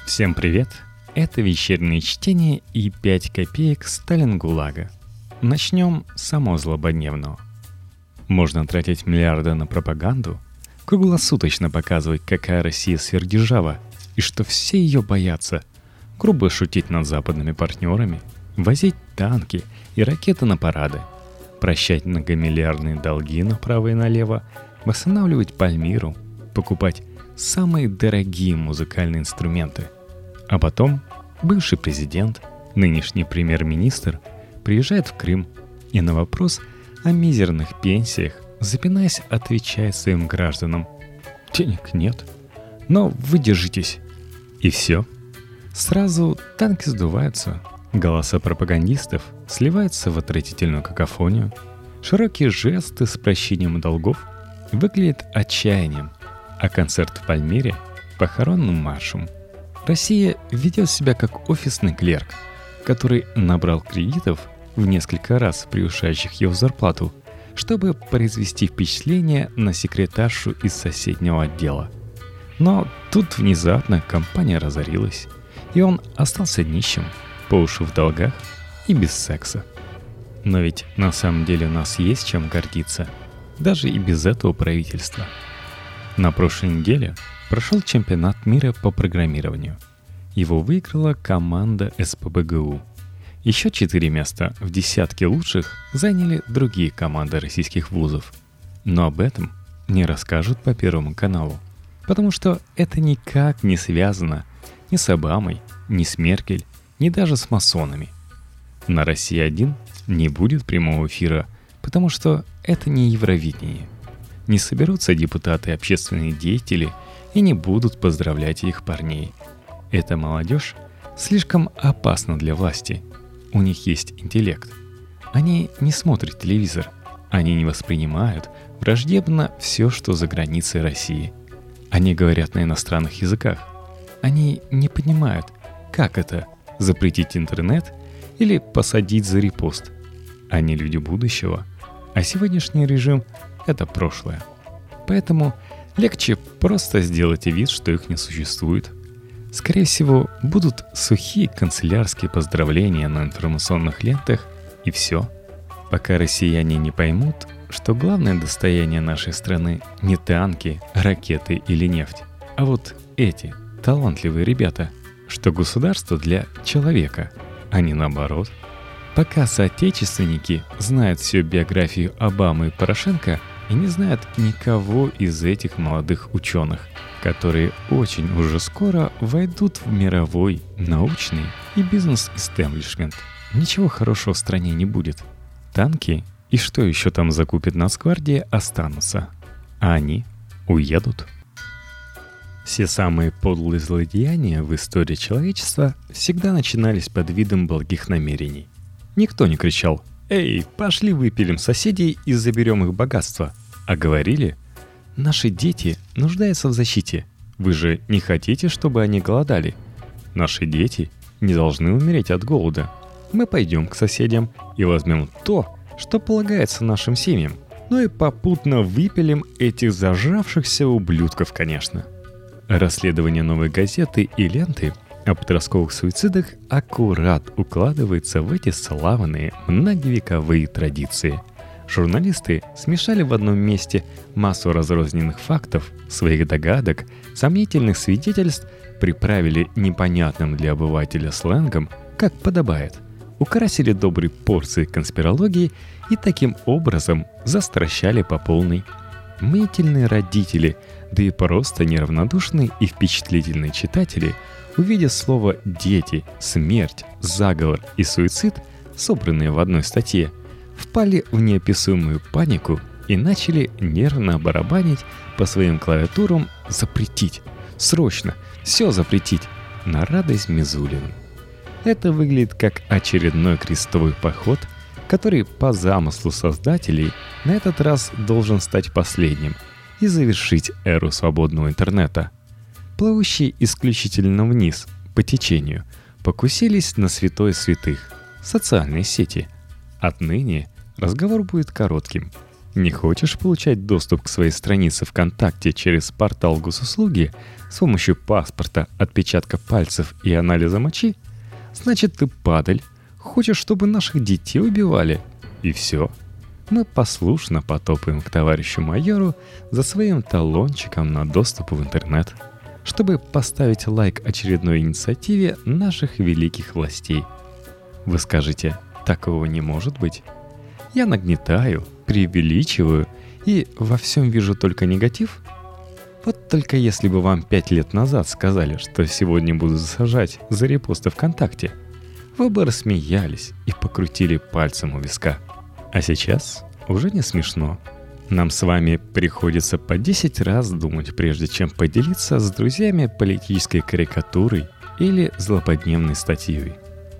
Всем привет! Это вечернее чтение и 5 копеек Сталингулага. Начнем с самого злободневного. Можно тратить миллиарды на пропаганду, круглосуточно показывать, какая Россия сверхдержава и что все ее боятся, грубо шутить над западными партнерами, возить танки и ракеты на парады, прощать многомиллиардные долги направо и налево, восстанавливать Пальмиру, покупать самые дорогие музыкальные инструменты. А потом бывший президент, нынешний премьер-министр, приезжает в Крым и на вопрос о мизерных пенсиях, запинаясь, отвечает своим гражданам: «Денег нет, но вы держитесь». И все. Сразу танки сдуваются, голоса пропагандистов сливаются в отвратительную какофонию, широкие жесты с прощением долгов выглядят отчаянием, а концерт в Пальмире — похоронным маршем. Россия ведет себя как офисный клерк, который набрал кредитов в несколько раз превышающих его зарплату, чтобы произвести впечатление на секретаршу из соседнего отдела. Но тут внезапно компания разорилась, и он остался нищим, по уши в долгах и без секса. Но ведь на самом деле у нас есть чем гордиться, даже и без этого правительства. На прошлой неделе прошел чемпионат мира по программированию. Его выиграла команда СПбГУ. Еще 4 места в десятке лучших заняли другие команды российских вузов. Но об этом не расскажут по Первому каналу, потому что это никак не связано ни с Обамой, ни с Меркель, ни даже с масонами. На «Россия-1» не будет прямого эфира, потому что это не Евровидение. Не соберутся депутаты и общественные деятели и не будут поздравлять их парней. Эта молодежь слишком опасна для власти. У них есть интеллект. Они не смотрят телевизор. Они не воспринимают враждебно все, что за границей России. Они говорят на иностранных языках. Они не понимают, как это — запретить интернет или посадить за репост. Они люди будущего, а сегодняшний режим — это прошлое. Поэтому легче просто сделать вид, что их не существует. Скорее всего, будут сухие канцелярские поздравления на информационных лентах, и все. Пока россияне не поймут, что главное достояние нашей страны не танки, ракеты или нефть, а вот эти талантливые ребята, что государство для человека, а не наоборот. Пока соотечественники знают всю биографию Обамы и Порошенко и не знают никого из этих молодых ученых, которые очень уже скоро войдут в мировой, научный и бизнес-истеблишмент, ничего хорошего в стране не будет. Танки и что еще там закупит Нацгвардия останутся, а они уедут. Все самые подлые злодеяния в истории человечества всегда начинались под видом благих намерений. Никто не кричал: «Эй, пошли выпилим соседей и заберем их богатство», а говорили: «Наши дети нуждаются в защите. Вы же не хотите, чтобы они голодали? Наши дети не должны умереть от голода. Мы пойдем к соседям и возьмем то, что полагается нашим семьям. Ну и попутно выпилим этих зажравшихся ублюдков, конечно». Расследование «Новой газеты» и ленты о подростковых суицидах аккурат укладывается в эти славные многовековые традиции. Журналисты смешали в одном месте массу разрозненных фактов, своих догадок, сомнительных свидетельств, приправили непонятным для обывателя сленгом, как подобает, украсили доброй порцией конспирологии и таким образом застращали по полной. Мнительные родители, да и просто неравнодушные и впечатлительные читатели, увидя слово «дети», «смерть», «заговор» и «суицид», собранные в одной статье, впали в неописуемую панику и начали нервно барабанить по своим клавиатурам «запретить», «срочно», «все запретить» на радость Мизулину. Это выглядит как очередной крестовый поход, который по замыслу создателей на этот раз должен стать последним и завершить эру свободного интернета. Плывущие исключительно вниз, по течению, покусились на святое святых — социальные сети. Отныне разговор будет коротким. Не хочешь получать доступ к своей странице ВКонтакте через портал госуслуги с помощью паспорта, отпечатка пальцев и анализа мочи? Значит, ты падаль. Хочешь, чтобы наших детей убивали? И все. Мы послушно потопаем к товарищу майору за своим талончиком на доступ в интернет, чтобы поставить лайк очередной инициативе наших великих властей. Вы скажете, такого не может быть? Я нагнетаю, преувеличиваю и во всем вижу только негатив? Вот только если бы вам 5 лет назад сказали, что сегодня буду засажать за репосты ВКонтакте, вы бы рассмеялись и покрутили пальцем у виска. А сейчас уже не смешно. Нам с вами приходится по 10 раз думать, прежде чем поделиться с друзьями политической карикатурой или злободневной статьей.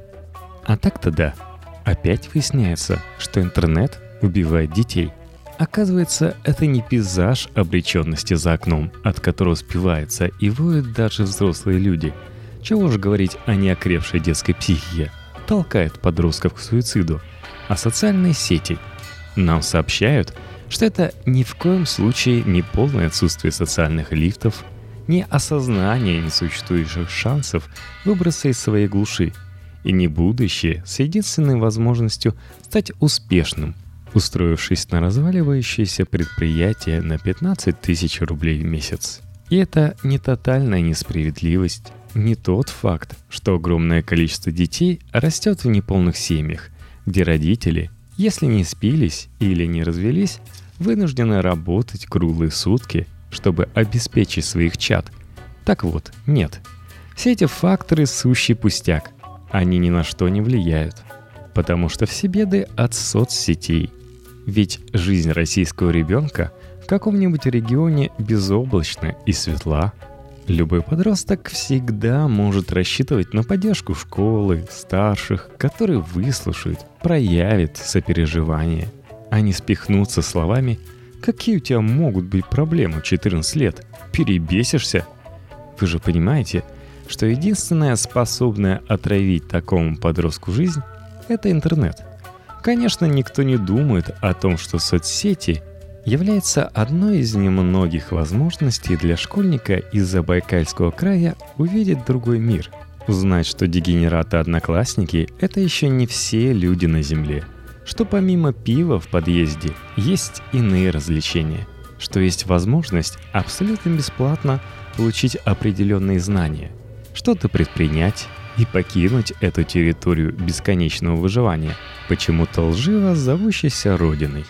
А так-то да. Опять выясняется, что интернет убивает детей. Оказывается, это не пейзаж обреченности за окном, от которого спиваются и воют даже взрослые люди. Чего уж говорить о неокрепшей детской психике, толкает подростков к суициду. А социальные сети нам сообщают, что это ни в коем случае не полное отсутствие социальных лифтов, не осознание несуществующих шансов выбраться из своей глуши, и не будущее с единственной возможностью стать успешным, устроившись на разваливающееся предприятие на 15 тысяч рублей в месяц. И это не тотальная несправедливость, не тот факт, что огромное количество детей растет в неполных семьях, где родители, если не спились или не развелись, вынуждены работать круглые сутки, чтобы обеспечить своих чад. Так вот, нет. Все эти факторы сущий пустяк. Они ни на что не влияют, потому что все беды от соцсетей. Ведь жизнь российского ребенка в каком-нибудь регионе безоблачна и светла. Любой подросток всегда может рассчитывать на поддержку школы, старших, которые выслушают, проявят сопереживание, а не спихнуться словами «Какие у тебя могут быть проблемы в 14 лет? Перебесишься?» Вы же понимаете, что единственное способное отравить такому подростку жизнь – это интернет. Конечно, никто не думает о том, что соцсети являются одной из немногих возможностей для школьника из Забайкальского края увидеть другой мир. Узнать, что дегенераты-одноклассники – это еще не все люди на земле. Что помимо пива в подъезде есть иные развлечения. Что есть возможность абсолютно бесплатно получить определенные знания. Что-то предпринять и покинуть эту территорию бесконечного выживания, почему-то лживо зовущейся Родиной.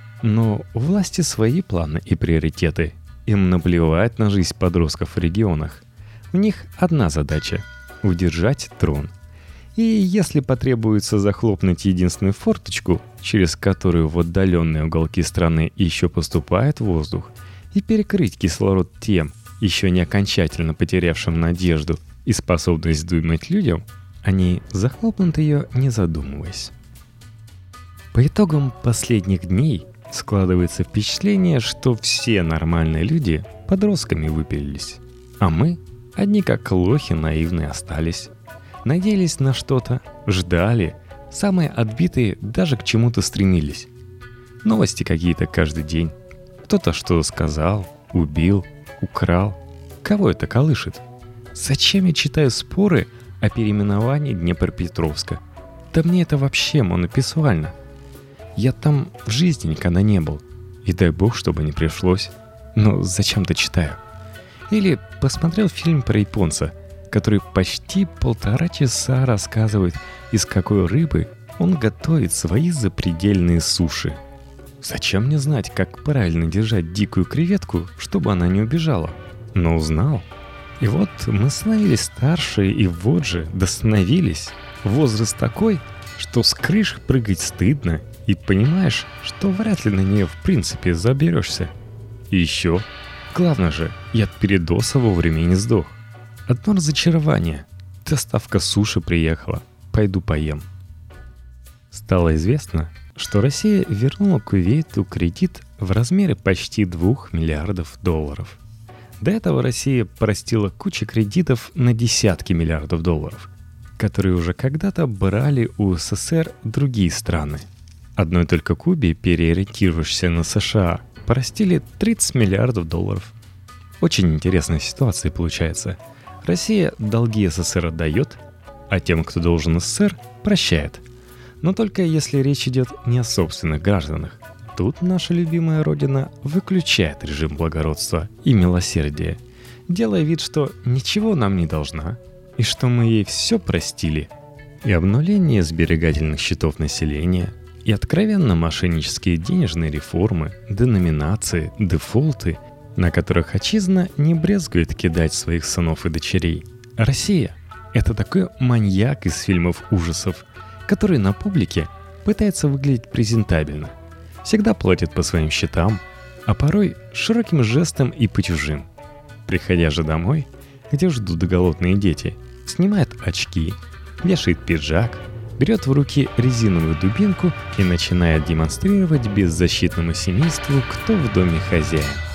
Но у власти свои планы и приоритеты. Им наплевать на жизнь подростков в регионах. У них одна задача – удержать трон. И если потребуется захлопнуть единственную форточку, через которую в отдаленные уголки страны еще поступает воздух, и перекрыть кислород тем, еще не окончательно потерявшим надежду и способность думать людям, они захлопнут ее, не задумываясь. По итогам последних дней складывается впечатление, что все нормальные люди подростками выпилились, а мы, одни как лохи наивные, остались. Надеялись на что-то, ждали, самые отбитые даже к чему-то стремились. Новости какие-то каждый день. Кто-то что-то сказал, убил, украл. Кого это колышет? Зачем я читаю споры о переименовании Днепропетровска? Да мне это вообще монописуально. Я там в жизни никогда не был. И дай бог, чтобы не пришлось. Но зачем-то читаю. Или посмотрел фильм про японца, который почти 1,5 часа рассказывает, из какой рыбы он готовит свои запредельные суши. Зачем мне знать, как правильно держать дикую креветку, чтобы она не убежала? Но узнал. И вот мы становились старше, и вот же достановились. Возраст такой, что с крыш прыгать стыдно, и понимаешь, что вряд ли на нее в принципе заберешься. И еще, главное же, я от передоса вовремя не сдох. Одно разочарование. Доставка суши приехала. Пойду поем. Стало известно, что Россия вернула Кувейту кредит в размере почти $2 миллиардов. До этого Россия простила кучу кредитов на десятки миллиардов долларов, которые уже когда-то брали у СССР другие страны. Одной только Кубе, переориентировавшейся на США, простили $30 миллиардов. Очень интересная ситуация получается. Россия долги СССР отдает, а тем, кто должен СССР, прощает. Но только если речь идет не о собственных гражданах. Тут наша любимая Родина выключает режим благородства и милосердия, делая вид, что ничего нам не должна, и что мы ей все простили. И обнуление сберегательных счетов населения, и откровенно мошеннические денежные реформы, деноминации, дефолты, на которых отчизна не брезгует кидать своих сынов и дочерей. Россия — это такой маньяк из фильмов ужасов, который на публике пытается выглядеть презентабельно, всегда платит по своим счетам, а порой широким жестом и по чужим. Приходя же домой, где ждут голодные дети, снимает очки, вешает пиджак, берет в руки резиновую дубинку и начинает демонстрировать беззащитному семейству, кто в доме хозяин.